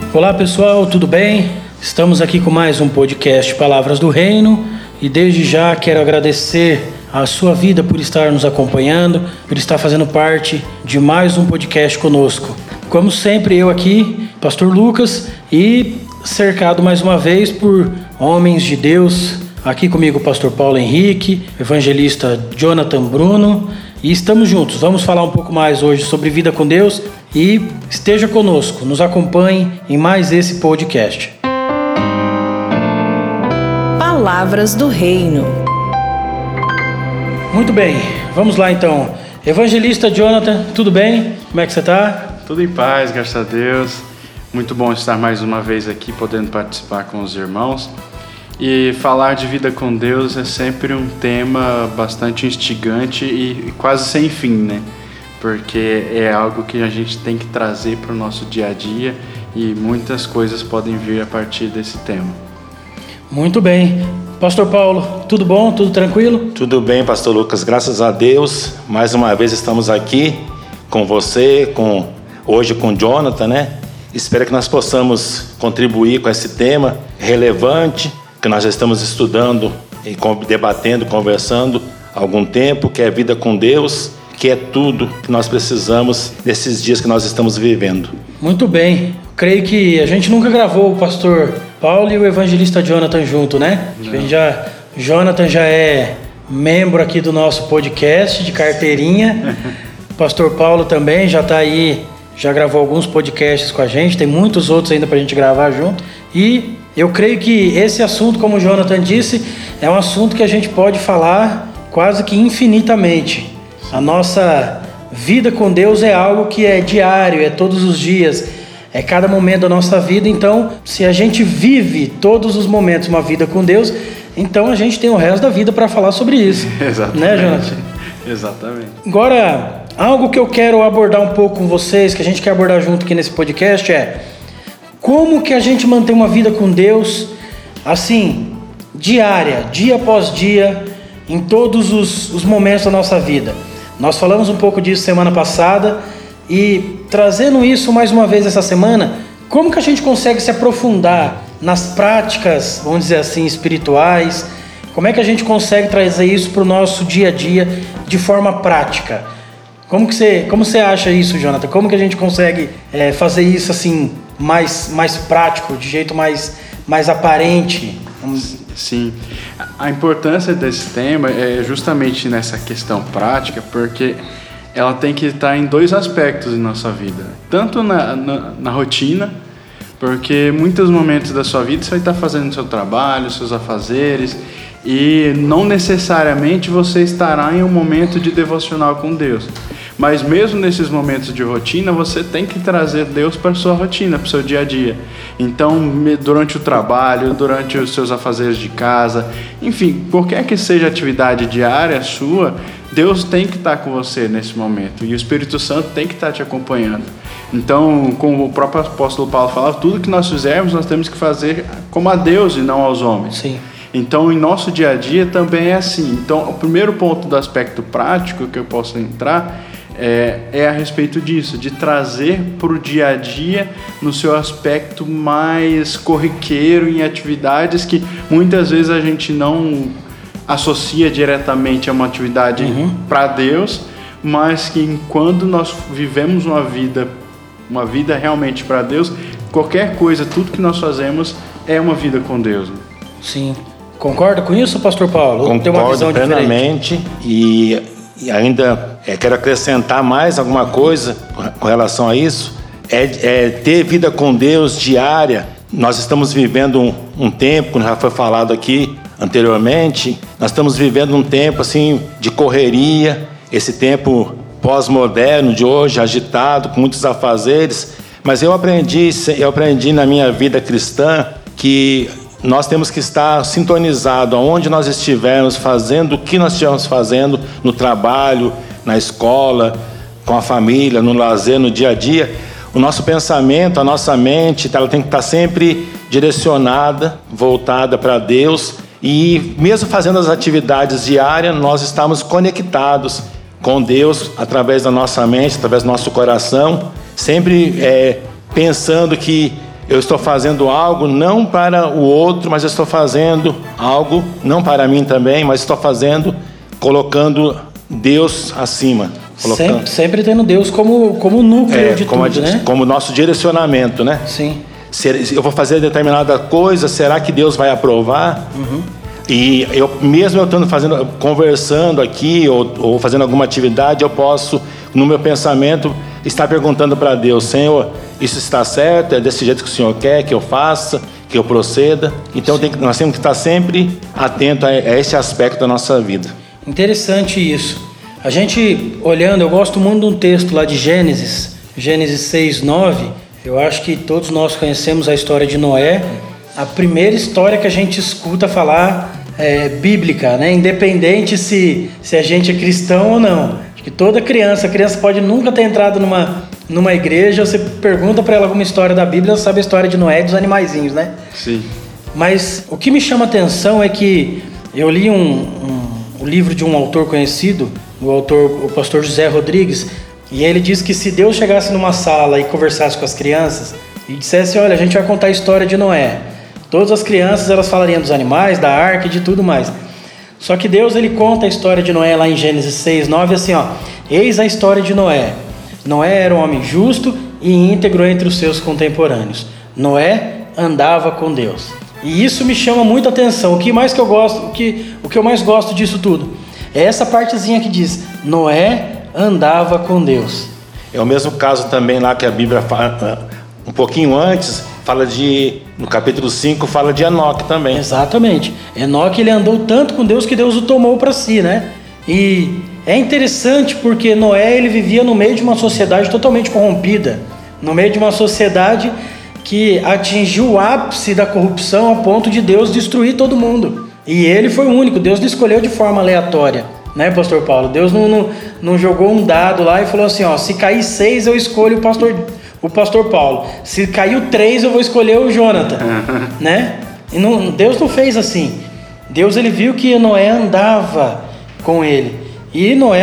Olá pessoal, tudo bem? Estamos aqui com mais um podcast Palavras do Reino e desde já quero agradecer a sua vida por estar nos acompanhando, por estar fazendo parte de mais um podcast conosco. Como sempre, eu aqui, Pastor Lucas, e cercado mais uma vez por homens de Deus. Aqui comigo o Pastor Paulo Henrique, evangelista Jonathan Bruno, e estamos juntos. Vamos falar um pouco mais hoje sobre vida com Deus e esteja conosco, nos acompanhe em mais esse podcast. Palavras do Reino. Muito bem, vamos lá então. Evangelista Jonathan, tudo bem? Como é que você está? Tudo em paz, graças a Deus. Muito bom estar mais uma vez aqui, podendo participar com os irmãos. E falar de vida com Deus é sempre um tema bastante instigante e quase sem fim, né? Porque é algo que a gente tem que trazer para o nosso dia a dia e muitas coisas podem vir a partir desse tema. Muito bem. Pastor Paulo, tudo bom? Tudo tranquilo? Tudo bem, Pastor Lucas, graças a Deus. Mais uma vez estamos aqui com você, hoje com Jonathan, né? Espero que nós possamos contribuir com esse tema relevante que nós já estamos estudando, e debatendo, conversando há algum tempo, que é a vida com Deus, que é tudo que nós precisamos nesses dias que nós estamos vivendo. Muito bem. Creio que a gente nunca gravou o pastor Paulo e o evangelista Jonathan junto, né? Jonathan já é membro aqui do nosso podcast de carteirinha. O pastor Paulo também já está aí, já gravou alguns podcasts com a gente, tem muitos outros ainda para a gente gravar junto. E eu creio que esse assunto, como o Jonathan disse, é um assunto que a gente pode falar quase que infinitamente. A nossa vida com Deus é algo que é diário, é todos os dias, é cada momento da nossa vida. Então, se a gente vive todos os momentos uma vida com Deus, então a gente tem o resto da vida para falar sobre isso. Exatamente. Né, Jonathan? Exatamente. Agora, algo que eu quero abordar um pouco com vocês, que a gente quer abordar junto aqui nesse podcast é como que a gente mantém uma vida com Deus, assim, diária, dia após dia, em todos os momentos da nossa vida. Nós falamos um pouco disso semana passada e trazendo isso mais uma vez essa semana, como que a gente consegue se aprofundar nas práticas, vamos dizer assim, espirituais? Como é que a gente consegue trazer isso para o nosso dia a dia de forma prática? Como você acha isso, Jonathan? Como que a gente consegue fazer isso assim mais prático, de jeito mais aparente? Sim, a importância desse tema é justamente nessa questão prática, porque ela tem que estar em dois aspectos em nossa vida. Tanto na rotina, porque muitos momentos da sua vida você vai estar fazendo o seu trabalho, seus afazeres, e não necessariamente você estará em um momento de devocional com Deus. Mas mesmo nesses momentos de rotina, você tem que trazer Deus para a sua rotina, para o seu dia a dia. Então, durante o trabalho, durante os seus afazeres de casa, enfim, qualquer que seja a atividade diária sua, Deus tem que estar com você nesse momento. E o Espírito Santo tem que estar te acompanhando. Então, como o próprio apóstolo Paulo fala, tudo que nós fizermos, nós temos que fazer como a Deus e não aos homens. Sim. Então, em nosso dia a dia também é assim. Então, o primeiro ponto do aspecto prático que eu posso entrar é a respeito disso, de trazer para o dia a dia no seu aspecto mais corriqueiro, em atividades que muitas vezes a gente não associa diretamente a uma atividade para Deus, mas que quando nós vivemos uma vida realmente para Deus, qualquer coisa, tudo que nós fazemos é uma vida com Deus. Sim. Concorda com isso, pastor Paulo? Concordo tem uma visão plenamente e ainda quero acrescentar mais alguma coisa com relação a isso. Ter vida com Deus diária. Nós estamos vivendo um tempo, como já foi falado aqui anteriormente, nós estamos vivendo um tempo assim de correria, esse tempo pós-moderno de hoje, agitado, com muitos afazeres, mas eu aprendi na minha vida cristã que nós temos que estar sintonizados aonde nós estivermos fazendo, o que nós estivermos fazendo no trabalho, na escola, com a família, no lazer, no dia a dia. O nosso pensamento, a nossa mente, ela tem que estar sempre direcionada, voltada para Deus. E mesmo fazendo as atividades diárias, nós estamos conectados com Deus através da nossa mente, através do nosso coração, sempre pensando que eu estou fazendo algo não para o outro, mas eu estou fazendo algo não para mim também, mas estou fazendo, colocando Deus acima. Sempre tendo Deus como núcleo de tudo, né? Como nosso direcionamento, né? Sim. Eu vou fazer determinada coisa, será que Deus vai aprovar? E mesmo eu estando conversando aqui ou fazendo alguma atividade, eu posso, no meu pensamento, estar perguntando para Deus: Senhor, isso está certo? É desse jeito que o Senhor quer que eu faça, que eu proceda? Então nós temos que estar sempre atentos a esse aspecto da nossa vida. Interessante isso. A gente olhando, eu gosto muito de um texto lá de Gênesis 6:9. Eu acho que todos nós conhecemos a história de Noé. A primeira história que a gente escuta falar bíblica, né? Independente se a gente é cristão ou não. Acho que toda criança pode nunca ter entrado numa igreja, você pergunta para ela alguma história da Bíblia, ela sabe a história de Noé e dos animaizinhos, né? Sim. Mas o que me chama a atenção é que eu li o livro de um autor conhecido, o pastor José Rodrigues, e ele diz que se Deus chegasse numa sala e conversasse com as crianças e dissesse: olha, a gente vai contar a história de Noé. Todas as crianças, elas falariam dos animais, da arca e de tudo mais. Só que Deus, ele conta a história de Noé lá em Gênesis 6:9, assim, ó: eis a história de Noé. Noé era um homem justo e íntegro entre os seus contemporâneos. Noé andava com Deus. E isso me chama muita atenção. O que mais que eu gosto, o que eu mais gosto disso tudo é essa partezinha que diz: Noé andava com Deus. É o mesmo caso também lá que a Bíblia fala, um pouquinho antes, no capítulo 5, fala de Enoque também. Exatamente. Enoque, ele andou tanto com Deus que Deus o tomou para si, né? E é interessante porque Noé, ele vivia no meio de uma sociedade totalmente corrompida, no meio de uma sociedade que atingiu o ápice da corrupção ao ponto de Deus destruir todo mundo. E ele foi o único. Deus não escolheu de forma aleatória, né, pastor Paulo? Deus não jogou um dado lá e falou assim: ó, se cair 6 eu escolho o pastor Paulo, se caiu 3 eu vou escolher o Jonathan, né? E Deus não fez assim. Deus, ele viu que Noé andava com ele, e Noé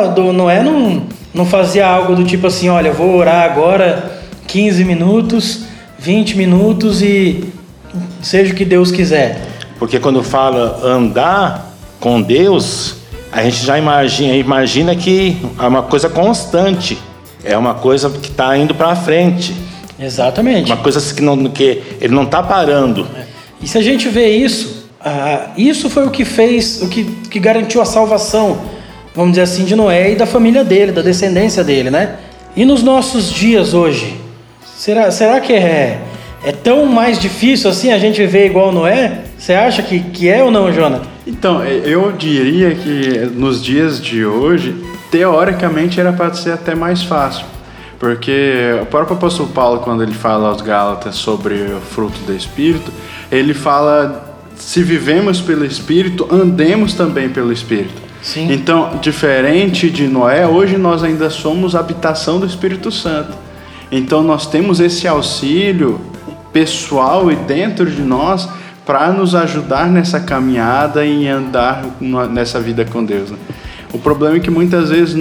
não fazia algo do tipo assim: olha, eu vou orar agora 15 minutos, 20 minutos e seja o que Deus quiser. Porque quando fala andar com Deus, a gente já imagina que é uma coisa constante, é uma coisa que está indo para frente. Exatamente. Uma coisa que ele não está parando. E se a gente vê isso, isso foi o que fez, o que garantiu a salvação, vamos dizer assim, de Noé e da família dele, da descendência dele, né? E nos nossos dias hoje, será que é tão mais difícil assim a gente viver igual Noé? Você acha que é ou não, Jonathan? Então, eu diria que nos dias de hoje, teoricamente era para ser até mais fácil. Porque o próprio apóstolo Paulo, quando ele fala aos Gálatas sobre o fruto do Espírito, ele fala: se vivemos pelo Espírito, andemos também pelo Espírito. Sim. Então, diferente de Noé, hoje nós ainda somos habitação do Espírito Santo. Então nós temos esse auxílio pessoal e dentro de nós para nos ajudar nessa caminhada e andar nessa vida com Deus, né? O problema é que muitas vezes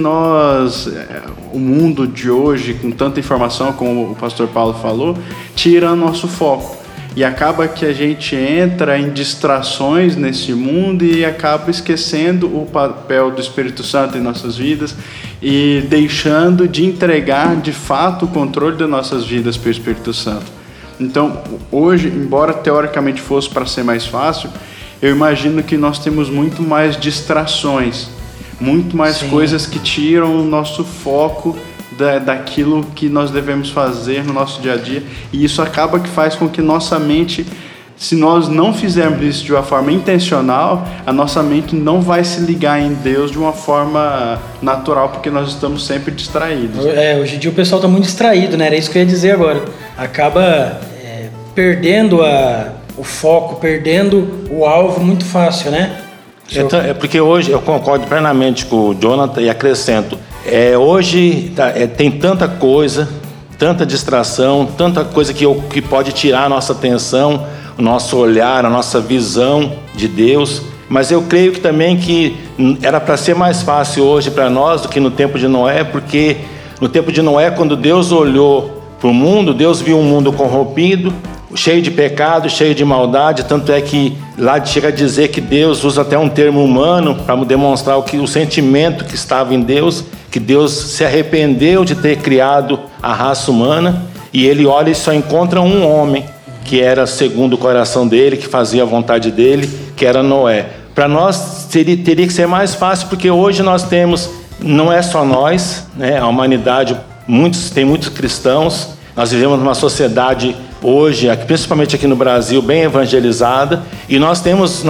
o mundo de hoje, com tanta informação, como o pastor Paulo falou, tira nosso foco. E acaba que a gente entra em distrações nesse mundo e acaba esquecendo o papel do Espírito Santo em nossas vidas e deixando de entregar de fato o controle das nossas vidas para o Espírito Santo. Então, hoje, embora teoricamente fosse para ser mais fácil, eu imagino que nós temos muito mais distrações, muito mais Sim. coisas que tiram o nosso foco daquilo que nós devemos fazer no nosso dia a dia, e isso acaba que faz com que nossa mente, se nós não fizermos isso de uma forma intencional, a nossa mente não vai se ligar em Deus de uma forma natural, porque nós estamos sempre distraídos. Hoje em dia o pessoal está muito distraído, né? Era isso que eu ia dizer agora. Acaba perdendo o foco, perdendo o alvo muito fácil, né? Então, porque hoje eu concordo plenamente com o Jonathan e acrescento: hoje tem tanta coisa, tanta distração, tanta coisa que pode tirar a nossa atenção, o nosso olhar, a nossa visão de Deus. Mas eu creio que também que era para ser mais fácil hoje para nós do que no tempo de Noé, porque no tempo de Noé, quando Deus olhou o mundo, Deus viu um mundo corrompido, cheio de pecado, cheio de maldade, tanto é que lá chega a dizer que Deus usa até um termo humano para demonstrar o sentimento que estava em Deus, que Deus se arrependeu de ter criado a raça humana, e ele olha e só encontra um homem, que era segundo o coração dele, que fazia a vontade dele, que era Noé. Para nós teria que ser mais fácil, porque hoje nós temos, não é só nós, né? A humanidade, tem muitos cristãos, nós vivemos numa sociedade hoje, principalmente aqui no Brasil, bem evangelizada, e nós temos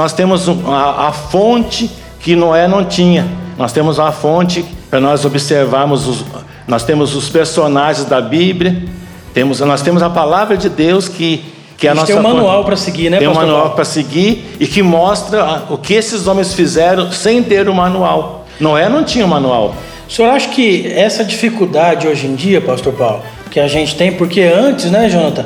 a fonte que Noé não tinha. Nós temos uma fonte para nós observarmos, nós temos os personagens da Bíblia, nós temos a palavra de Deus que é a nossa tem um manual para seguir, né, Tem um pastor manual Paulo? para seguir e que mostra o que esses homens fizeram sem ter o manual. Noé não tinha um manual. O senhor acha que essa dificuldade hoje em dia, pastor Paulo, que a gente tem, porque antes, né, Jonathan,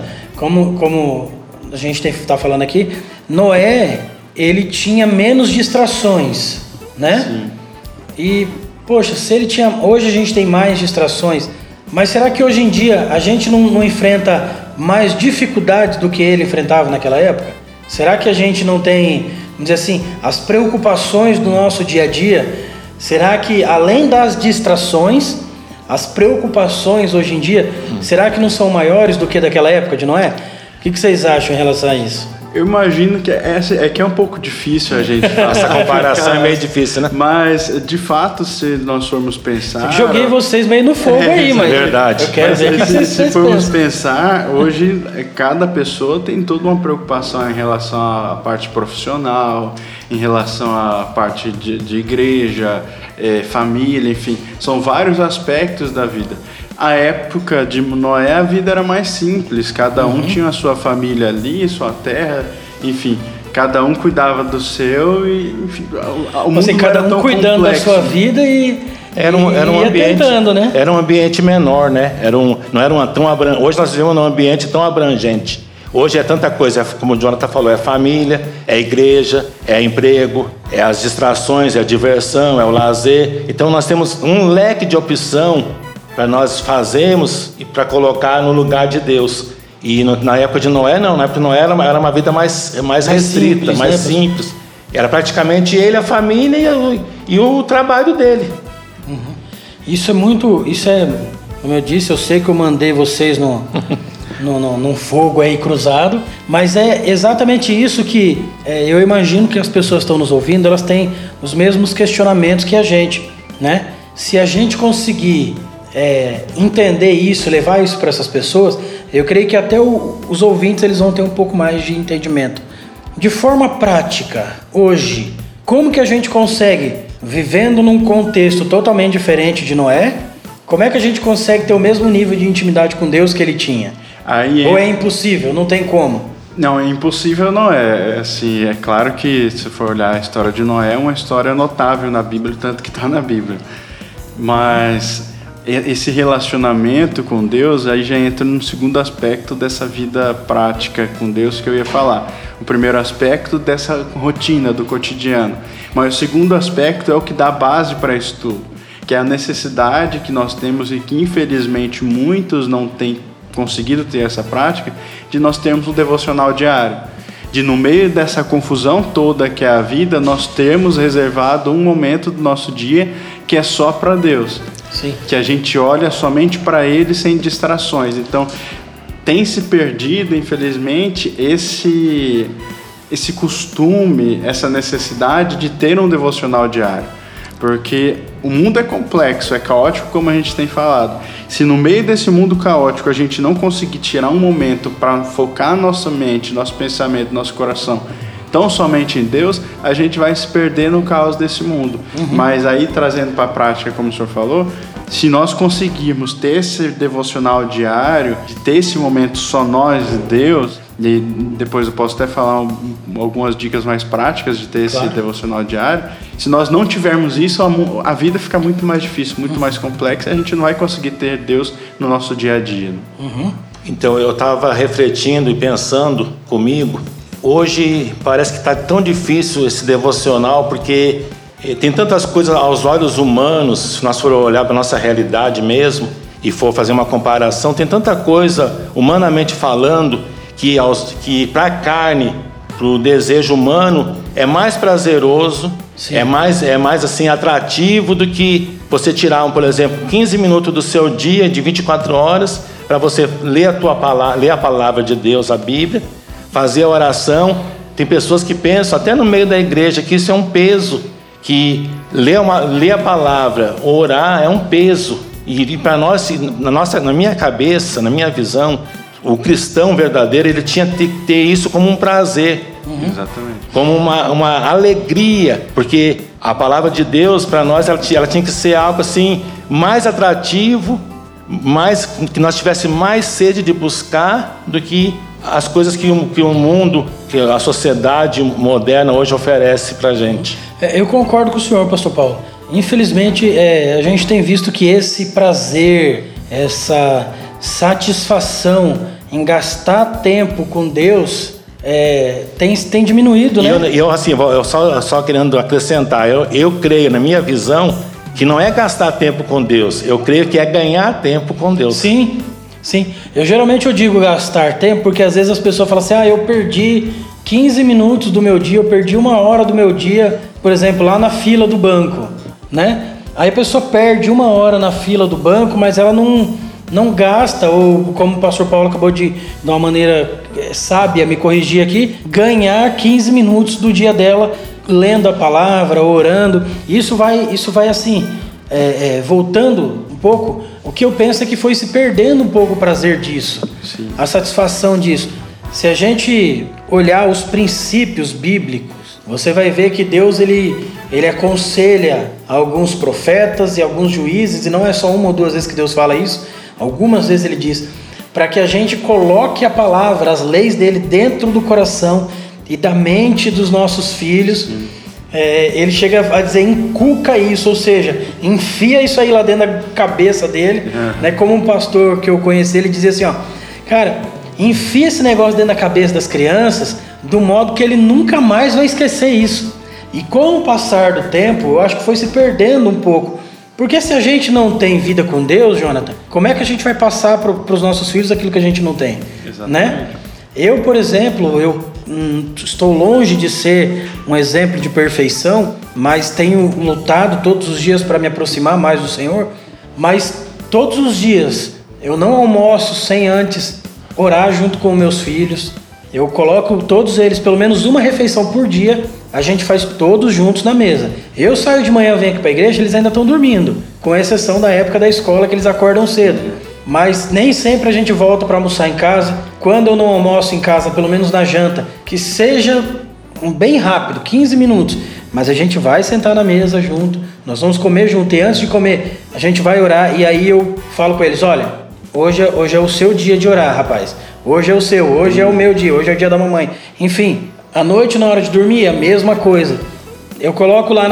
como a gente está falando aqui, Noé, ele tinha menos distrações, né? Sim. E, poxa, hoje a gente tem mais distrações, mas será que hoje em dia a gente não enfrenta mais dificuldades do que ele enfrentava naquela época? Será que a gente não tem, vamos dizer assim, as preocupações do nosso dia a dia? Será que além das distrações, as preocupações hoje em dia, será que não são maiores do que daquela época de Noé? O que vocês acham em relação a isso? Eu imagino que é um pouco difícil a gente fazer Essa comparação é meio difícil, né? Mas, de fato, se nós formos pensar... Joguei vocês meio no fogo aí, mas... verdade. Eu quero ver o que se vocês formos pensam. pensar, hoje cada pessoa tem toda uma preocupação em relação à parte profissional, em relação à parte de igreja, família, enfim. São vários aspectos da vida. A época de Noé, a vida era mais simples. Cada um tinha a sua família ali, sua terra, enfim. Cada um cuidava do seu e, enfim, o mundo não cada era um tão cuidando complexo. da sua vida e Era um ia ambiente, tentando, né? Era um ambiente menor, né? Não era tão abrangente. Hoje nós vivemos num ambiente tão abrangente. Hoje é tanta coisa, como o Jonathan falou, é família, é igreja, é emprego, é as distrações, é a diversão, é o lazer. Então nós temos um leque de opção para nós fazermos e para colocar no lugar de Deus. E na época de Noé, não. Na época de Noé era uma vida mais restrita, simples, mais né? simples. Era praticamente ele, a família e o trabalho dele. Isso é, como eu disse, eu sei que eu mandei vocês num fogo aí cruzado, mas é exatamente isso que eu imagino que as pessoas que estão nos ouvindo, elas têm os mesmos questionamentos que a gente, né? Se a gente conseguir entender isso, levar isso para essas pessoas, eu creio que até os ouvintes eles vão ter um pouco mais de entendimento. De forma prática, hoje, como que a gente consegue, vivendo num contexto totalmente diferente de Noé, como é que a gente consegue ter o mesmo nível de intimidade com Deus que ele tinha? Ou é impossível? Não tem como? Não, é impossível não é. Assim, é claro que se for olhar a história de Noé, é uma história notável na Bíblia, tanto que está na Bíblia. Mas esse relacionamento com Deus aí já entra no segundo aspecto dessa vida prática com Deus que eu ia falar. O primeiro aspecto dessa rotina do cotidiano. Mas o segundo aspecto é o que dá base para isso tudo, que é a necessidade que nós temos e que infelizmente muitos não têm conseguido ter essa prática, de nós termos um devocional diário. De no meio dessa confusão toda que é a vida, nós termos reservado um momento do nosso dia que é só para Deus. Sim. Que a gente olha somente para Ele sem distrações. Então, tem se perdido, infelizmente, esse costume, essa necessidade de ter um devocional diário. Porque o mundo é complexo, é caótico, como a gente tem falado. Se no meio desse mundo caótico a gente não conseguir tirar um momento para focar nossa mente, nosso pensamento, nosso coração tão somente em Deus, a gente vai se perder no caos desse mundo. Mas aí, trazendo para a prática, como o senhor falou, se nós conseguirmos ter esse devocional diário, de ter esse momento só nós e Deus, e depois eu posso até falar algumas dicas mais práticas de ter esse devocional diário, se nós não tivermos isso, a vida fica muito mais difícil, muito mais complexa, e a gente não vai conseguir ter Deus no nosso dia a dia. Então eu estava refletindo e pensando comigo, hoje parece que está tão difícil esse devocional, porque tem tantas coisas aos olhos humanos, se nós formos olhar para a nossa realidade mesmo, e for fazer uma comparação, tem tanta coisa, humanamente falando, que para a carne, para o desejo humano, é mais prazeroso, é mais assim, atrativo do que você tirar, por exemplo, 15 minutos do seu dia, de 24 horas, para você ler a palavra de Deus, a Bíblia, fazer a oração. Tem pessoas que pensam, até no meio da igreja, que isso é um peso, que ler a palavra, orar é um peso. E para nós, na minha cabeça, na minha visão, o cristão verdadeiro, ele tinha que ter isso como um prazer. Exatamente. Como uma alegria, porque a palavra de Deus para nós ela tinha que ser algo assim mais atrativo, que nós tivéssemos mais sede de buscar do que as coisas que o mundo, que a sociedade moderna hoje oferece para a gente. Eu concordo com o senhor, pastor Paulo. Infelizmente, a gente tem visto que esse prazer, essa satisfação em gastar tempo com Deus tem diminuído, né? Eu só querendo acrescentar, eu creio, na minha visão, que não é gastar tempo com Deus, eu creio que é ganhar tempo com Deus. Sim. Eu digo gastar tempo porque às vezes as pessoas falam assim, eu perdi 15 minutos do meu dia, eu perdi 1 hora do meu dia, por exemplo, lá na fila do banco, né? Aí a pessoa perde 1 hora na fila do banco, mas ela não gasta, ou como o pastor Paulo acabou de uma maneira sábia me corrigir aqui, ganhar 15 minutos do dia dela lendo a palavra, orando. Isso vai assim, voltando um pouco, o que eu penso é que foi se perdendo um pouco o prazer disso. Sim. A satisfação disso. Se a gente olhar os princípios bíblicos, você vai ver que Deus ele aconselha alguns profetas e alguns juízes, e não é só 1 ou 2 vezes que Deus fala isso, algumas vezes ele diz, para que a gente coloque a palavra, as leis dele dentro do coração e da mente dos nossos filhos. Ele chega a dizer, inculca isso, ou seja, enfia isso aí lá dentro da cabeça dele, né? Como um pastor que eu conheci, ele dizia assim, cara, enfia esse negócio dentro da cabeça das crianças, do modo que ele nunca mais vai esquecer isso. E com o passar do tempo, eu acho que foi se perdendo um pouco. Porque se a gente não tem vida com Deus, Jonathan, como é que a gente vai passar para os nossos filhos aquilo que a gente não tem? Exatamente. Né? Eu, por exemplo, estou longe de ser um exemplo de perfeição, mas tenho lutado todos os dias para me aproximar mais do Senhor. Mas todos os dias eu não almoço sem antes orar junto com meus filhos. Eu coloco todos eles, pelo menos uma refeição por dia, a gente faz todos juntos na mesa. Eu saio de manhã, venho aqui para a igreja, eles ainda estão dormindo, com exceção da época da escola que eles acordam cedo. Mas nem sempre a gente volta para almoçar em casa. Quando eu não almoço em casa, pelo menos na janta, que seja bem rápido, 15 minutos, mas a gente vai sentar na mesa junto, nós vamos comer junto, e antes de comer a gente vai orar, e aí eu falo com eles, olha, hoje é o seu dia de orar, rapaz, hoje é o seu, hoje é o meu dia, hoje é o dia da mamãe. Enfim, à noite, na hora de dormir, a mesma coisa. Eu coloco lá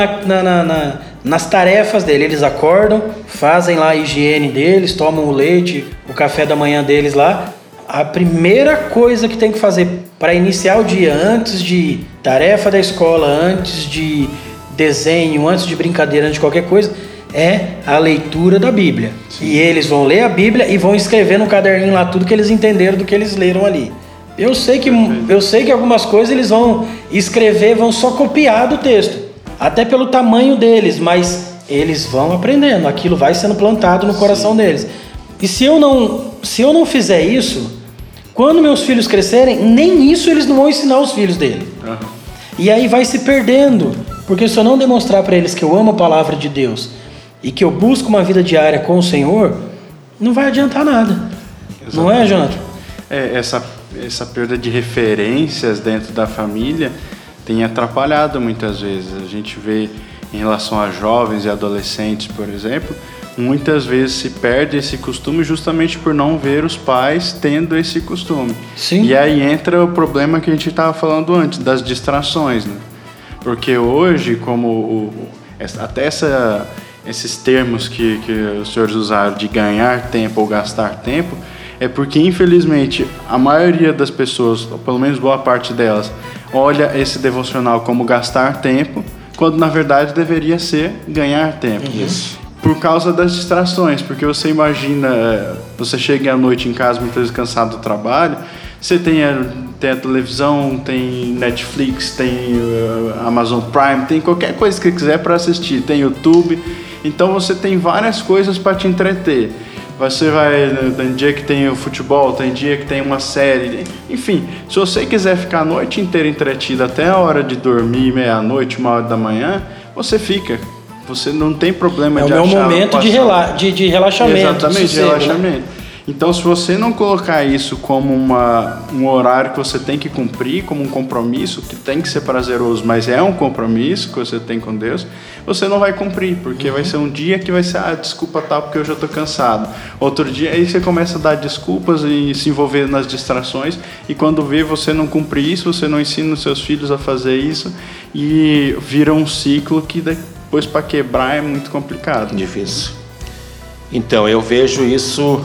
nas tarefas dele, eles acordam, fazem lá a higiene deles, tomam o leite, o café da manhã deles lá. A primeira coisa que tem que fazer para iniciar o dia, antes de tarefa da escola, antes de desenho, antes de brincadeira, antes de qualquer coisa, é a leitura da Bíblia. Sim. E eles vão ler a Bíblia e vão escrever no caderninho lá tudo que eles entenderam do que eles leram ali. Eu sei que algumas coisas eles vão escrever, vão só copiar do texto, até pelo tamanho deles, mas eles vão aprendendo, aquilo vai sendo plantado no coração deles. E se eu não fizer isso, quando meus filhos crescerem, nem isso eles não vão ensinar os filhos dele. E aí vai se perdendo, porque se eu não demonstrar para eles que eu amo a palavra de Deus e que eu busco uma vida diária com o Senhor, não vai adiantar nada. Exatamente. Não é, Jonathan? Essa perda de referências dentro da família tem atrapalhado muitas vezes. A gente vê em relação a jovens e adolescentes, por exemplo, muitas vezes se perde esse costume justamente por não ver os pais tendo esse costume. Sim. E aí entra o problema que a gente estava falando antes, das distrações, né? Porque hoje, até esses termos que os senhores usaram de ganhar tempo ou gastar tempo, é porque, infelizmente, a maioria das pessoas, ou pelo menos boa parte delas, olha esse devocional como gastar tempo, quando na verdade deveria ser ganhar tempo. Isso. por causa das distrações, porque você imagina, você chega à noite em casa muitas vezes cansado do trabalho, você tem a televisão, tem Netflix, tem Amazon Prime, tem qualquer coisa que você quiser para assistir, tem YouTube, então você tem várias coisas para te entreter. Você tem dia que tem o futebol, tem dia que tem uma série, enfim, se você quiser ficar a noite inteira entretido até a hora de dormir, meia-noite, 1h da manhã, você fica. Você não tem problema de achar... É o meu momento de relaxamento. Exatamente, de relaxamento. Né? Então, se você não colocar isso como um horário que você tem que cumprir, como um compromisso, que tem que ser prazeroso, mas é um compromisso que você tem com Deus, você não vai cumprir, porque vai ser um dia que vai ser, desculpa tal, porque hoje eu estou cansado. Outro dia, aí você começa a dar desculpas e se envolver nas distrações, e quando vê, você não cumpre isso, você não ensina os seus filhos a fazer isso, e vira um ciclo que depois para quebrar é muito complicado. Difícil. Então, eu vejo isso,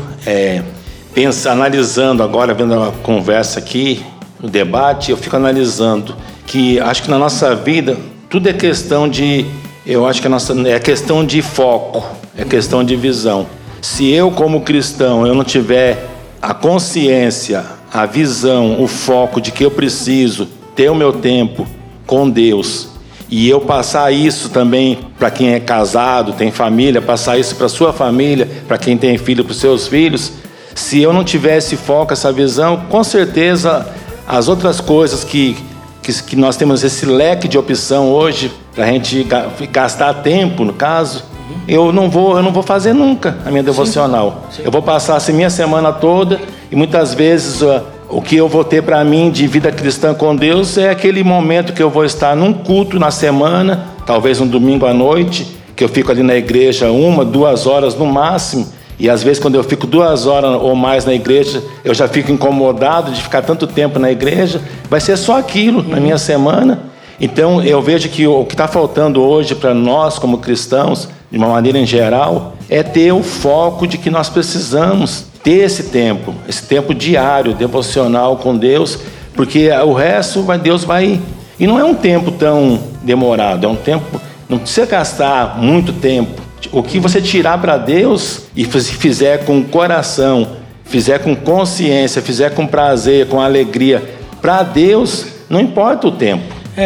analisando agora, vendo a conversa aqui, o debate, eu fico analisando que acho que na nossa vida tudo é questão de, eu acho que é questão de foco, é questão de visão. Se eu, como cristão, eu não tiver a consciência, a visão, o foco de que eu preciso ter o meu tempo com Deus, e eu passar isso também para quem é casado, tem família, passar isso para sua família, para quem tem filho, para os seus filhos, se eu não tiver esse foco, essa visão, com certeza as outras coisas que nós temos esse leque de opção hoje, para a gente gastar tempo, no caso, eu não vou fazer nunca a minha devocional. Sim. Eu vou passar assim minha semana toda e muitas vezes o que eu vou ter para mim de vida cristã com Deus é aquele momento que eu vou estar num culto na semana, talvez um domingo à noite, que eu fico ali na igreja 1-2 horas no máximo, e às vezes quando eu fico 2 horas ou mais na igreja, eu já fico incomodado de ficar tanto tempo na igreja, vai ser só aquilo na minha semana. Então eu vejo que o que está faltando hoje para nós como cristãos, de uma maneira em geral, é ter o foco de que nós precisamos ter esse tempo diário, devocional com Deus, porque o resto Deus vai... E não é um tempo tão demorado, é um tempo... Não precisa gastar muito tempo. O que você tirar para Deus e fizer com coração, fizer com consciência, fizer com prazer, com alegria, para Deus, não importa o tempo.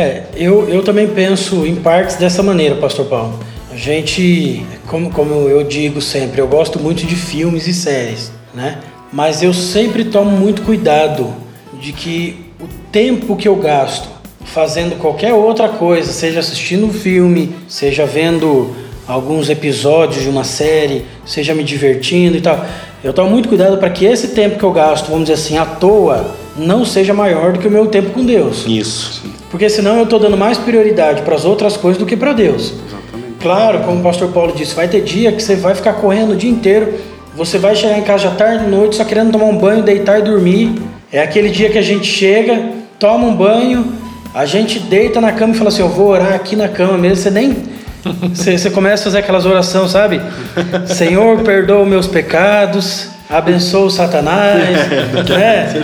Eu também penso em partes dessa maneira, Pastor Paulo. A gente, como eu digo sempre, eu gosto muito de filmes e séries, né? Mas eu sempre tomo muito cuidado de que o tempo que eu gasto fazendo qualquer outra coisa, seja assistindo um filme, seja vendo alguns episódios de uma série, seja me divertindo e tal, eu tomo muito cuidado para que esse tempo que eu gasto, vamos dizer assim, à toa, não seja maior do que o meu tempo com Deus. Isso. Porque senão eu estou dando mais prioridade para as outras coisas do que para Deus. Exatamente. Claro, como o pastor Paulo disse, vai ter dia que você vai ficar correndo o dia inteiro, você vai chegar em casa já tarde, noite, só querendo tomar um banho, deitar e dormir. É aquele dia que a gente chega, toma um banho, a gente deita na cama e fala assim, eu vou orar aqui na cama mesmo, você nem... Você começa a fazer aquelas orações, sabe? Senhor, perdoa meus pecados, abençoa o Satanás, né?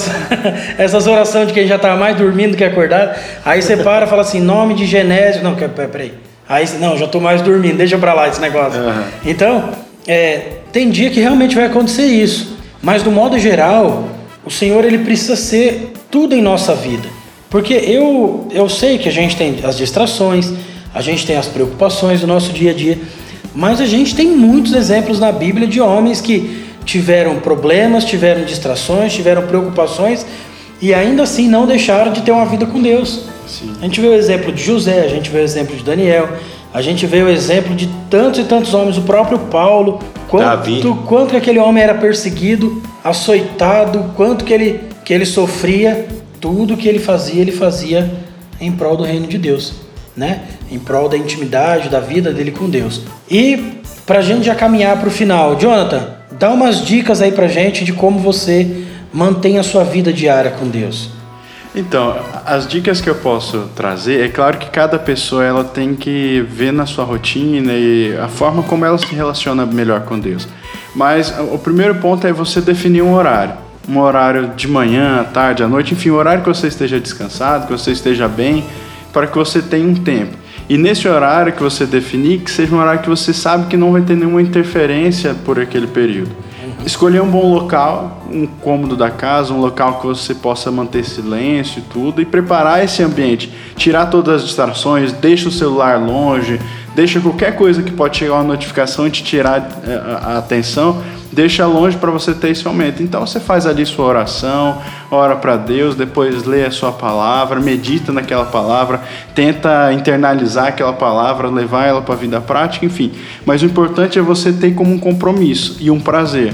Essas orações de quem já está mais dormindo que acordado. Aí você para e fala assim, nome de Genésio. Não, peraí. Aí, não, já estou mais dormindo, deixa pra lá esse negócio. Uhum. Então, tem dia que realmente vai acontecer isso. Mas, do modo geral, o Senhor ele precisa ser tudo em nossa vida. Porque eu sei que a gente tem as distrações, a gente tem as preocupações do nosso dia a dia, mas a gente tem muitos exemplos na Bíblia de homens que tiveram problemas, tiveram distrações, tiveram preocupações e ainda assim não deixaram de ter uma vida com Deus. Sim. A gente vê o exemplo de José, a gente vê o exemplo de Daniel, a gente vê o exemplo de tantos e tantos homens, o próprio Paulo, quanto que aquele homem era perseguido, açoitado, quanto que ele sofria, tudo que ele fazia em prol do reino de Deus, né? Em prol da intimidade, da vida dele com Deus. E pra gente já caminhar pro final, Jonathan, dá umas dicas aí pra gente de como você mantém a sua vida diária com Deus. Então, as dicas que eu posso trazer, é claro que cada pessoa ela tem que ver na sua rotina e a forma como ela se relaciona melhor com Deus. Mas o primeiro ponto é você definir um horário de manhã, à tarde, à noite, enfim, um horário que você esteja descansado, que você esteja bem, para que você tenha um tempo. E nesse horário que você definir, que seja um horário que você sabe que não vai ter nenhuma interferência por aquele período. Escolher um bom local, um cômodo da casa, um local que você possa manter silêncio e tudo, e preparar esse ambiente. Tirar todas as distrações, deixa o celular longe, deixa qualquer coisa que pode chegar uma notificação e te tirar a atenção, deixa longe para você ter esse momento. Então você faz ali sua oração, ora para Deus, depois lê a sua palavra, medita naquela palavra, tenta internalizar aquela palavra, levar ela para a vida prática, enfim. Mas o importante é você ter como um compromisso e um prazer.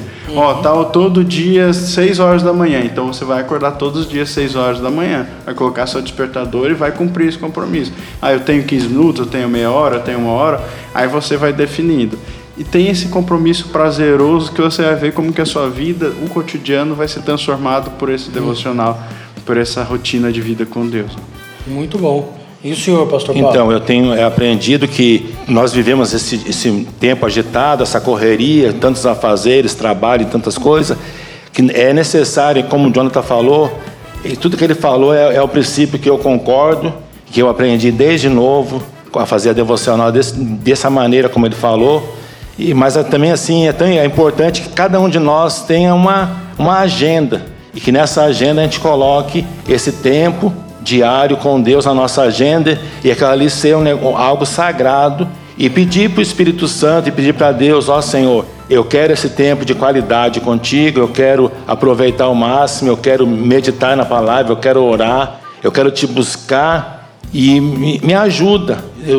Todo dia 6 horas da manhã, então você vai acordar todos os dias 6 horas da manhã, vai colocar seu despertador e vai cumprir esse compromisso. Eu tenho 15 minutos, eu tenho meia hora, eu tenho 1 hora, aí você vai definindo. E tem esse compromisso prazeroso que você vai ver como que a sua vida, o cotidiano, vai ser transformado por esse devocional, por essa rotina de vida com Deus. Muito bom. E o senhor, pastor Paulo? Então, eu tenho aprendido que nós vivemos esse tempo agitado, essa correria, tantos afazeres, trabalho e tantas coisas, que é necessário, como o Jonathan falou, e tudo que ele falou é o princípio que eu concordo, que eu aprendi desde novo a fazer a devocional dessa maneira como ele falou. Mas também assim é importante que cada um de nós tenha uma agenda e que nessa agenda a gente coloque esse tempo diário com Deus na nossa agenda e aquilo ali ser algo sagrado e pedir para o Espírito Santo e pedir para Deus: ó Senhor, eu quero esse tempo de qualidade contigo, eu quero aproveitar ao máximo, eu quero meditar na palavra, eu quero orar, eu quero te buscar e me ajuda,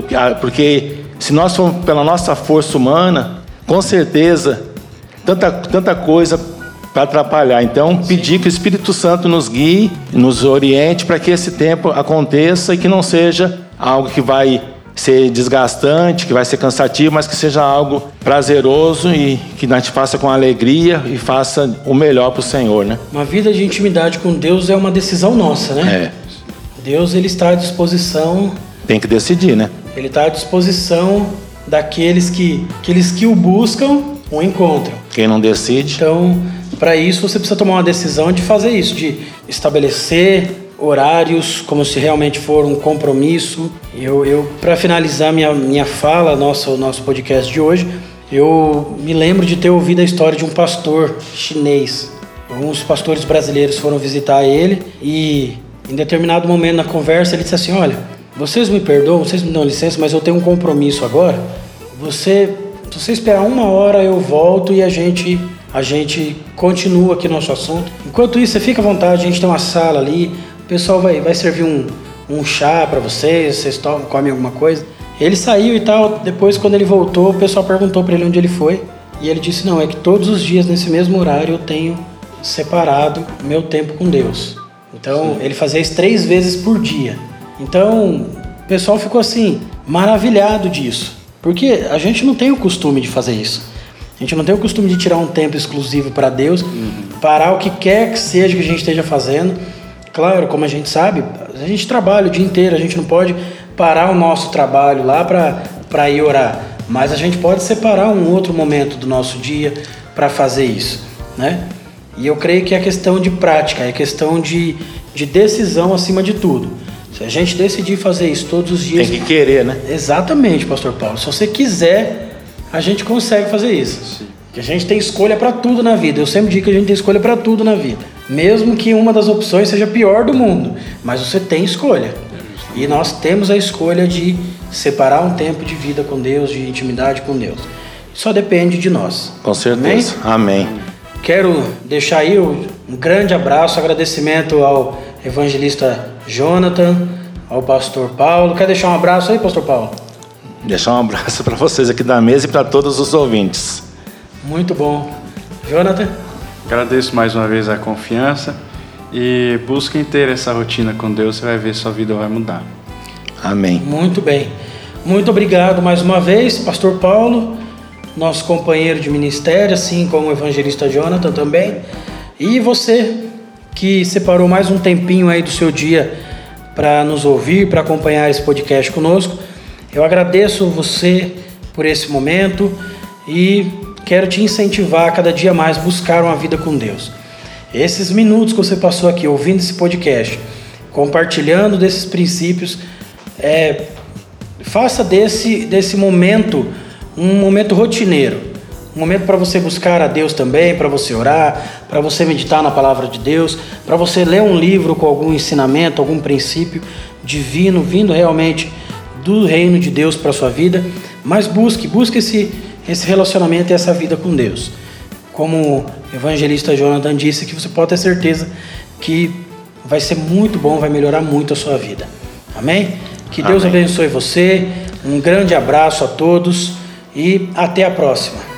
porque se nós formos pela nossa força humana, com certeza, tanta coisa para atrapalhar. Então, pedir que o Espírito Santo nos guie, nos oriente para que esse tempo aconteça e que não seja algo que vai ser desgastante, que vai ser cansativo, mas que seja algo prazeroso e que a gente faça com alegria e faça o melhor para o Senhor, né? Uma vida de intimidade com Deus é uma decisão nossa, né? Deus, ele está à disposição... Tem que decidir, né? Ele está à disposição daqueles que o buscam, o encontram. Quem não decide... Então, para isso, você precisa tomar uma decisão de fazer isso, de estabelecer horários, como se realmente for um compromisso. Eu para finalizar minha fala, o nosso podcast de hoje, eu me lembro de ter ouvido a história de um pastor chinês. Alguns pastores brasileiros foram visitar ele e, em determinado momento na conversa, ele disse assim: olha, vocês me perdoam, vocês me dão licença, mas eu tenho um compromisso agora. Se você esperar 1 hora, eu volto e a gente continua aqui nosso assunto. Enquanto isso, você fica à vontade, a gente tem uma sala ali, o pessoal vai servir um chá para vocês comem alguma coisa. Ele saiu e tal, depois quando ele voltou, o pessoal perguntou para ele onde ele foi. E ele disse: não, é que todos os dias, nesse mesmo horário, eu tenho separado meu tempo com Deus. Então, ele fazia isso 3 vezes por dia. Então, o pessoal ficou assim, maravilhado disso. Porque a gente não tem o costume de fazer isso. A gente não tem o costume de tirar um tempo exclusivo para Deus, parar o que quer que seja que a gente esteja fazendo. Claro, como a gente sabe, a gente trabalha o dia inteiro, a gente não pode parar o nosso trabalho lá para ir orar. Mas a gente pode separar um outro momento do nosso dia para fazer isso, né? E eu creio que é questão de prática, é questão de decisão acima de tudo. Se a gente decidir fazer isso todos os dias... Tem que querer, né? Exatamente, pastor Paulo. Se você quiser, a gente consegue fazer isso. Sim. Que a gente tem escolha para tudo na vida. Eu sempre digo que a gente tem escolha para tudo na vida. Mesmo que uma das opções seja a pior do mundo. Mas você tem escolha. E nós temos a escolha de separar um tempo de vida com Deus, de intimidade com Deus. Só depende de nós. Com certeza. Amém. Quero deixar aí um grande abraço, agradecimento ao evangelista Jonathan, ao pastor Paulo. Quer deixar um abraço aí, pastor Paulo? Deixar um abraço para vocês aqui da mesa e para todos os ouvintes. Muito bom. Jonathan? Agradeço mais uma vez a confiança e busquem ter essa rotina com Deus, você vai ver, sua vida vai mudar. Amém. Muito bem. Muito obrigado mais uma vez, pastor Paulo, nosso companheiro de ministério, assim como o evangelista Jonathan também. E você que separou mais um tempinho aí do seu dia para nos ouvir, para acompanhar esse podcast conosco. Eu agradeço você por esse momento e quero te incentivar a cada dia mais buscar uma vida com Deus. Esses minutos que você passou aqui ouvindo esse podcast, compartilhando desses princípios, Faça desse momento um momento rotineiro, um momento para você buscar a Deus também, para você orar, para você meditar na palavra de Deus, para você ler um livro com algum ensinamento, algum princípio divino, vindo realmente do reino de Deus para a sua vida, mas busque esse relacionamento e essa vida com Deus. Como o evangelista Jonathan disse, que você pode ter certeza que vai ser muito bom, vai melhorar muito a sua vida. Amém? Que Deus abençoe você, um grande abraço a todos e até a próxima.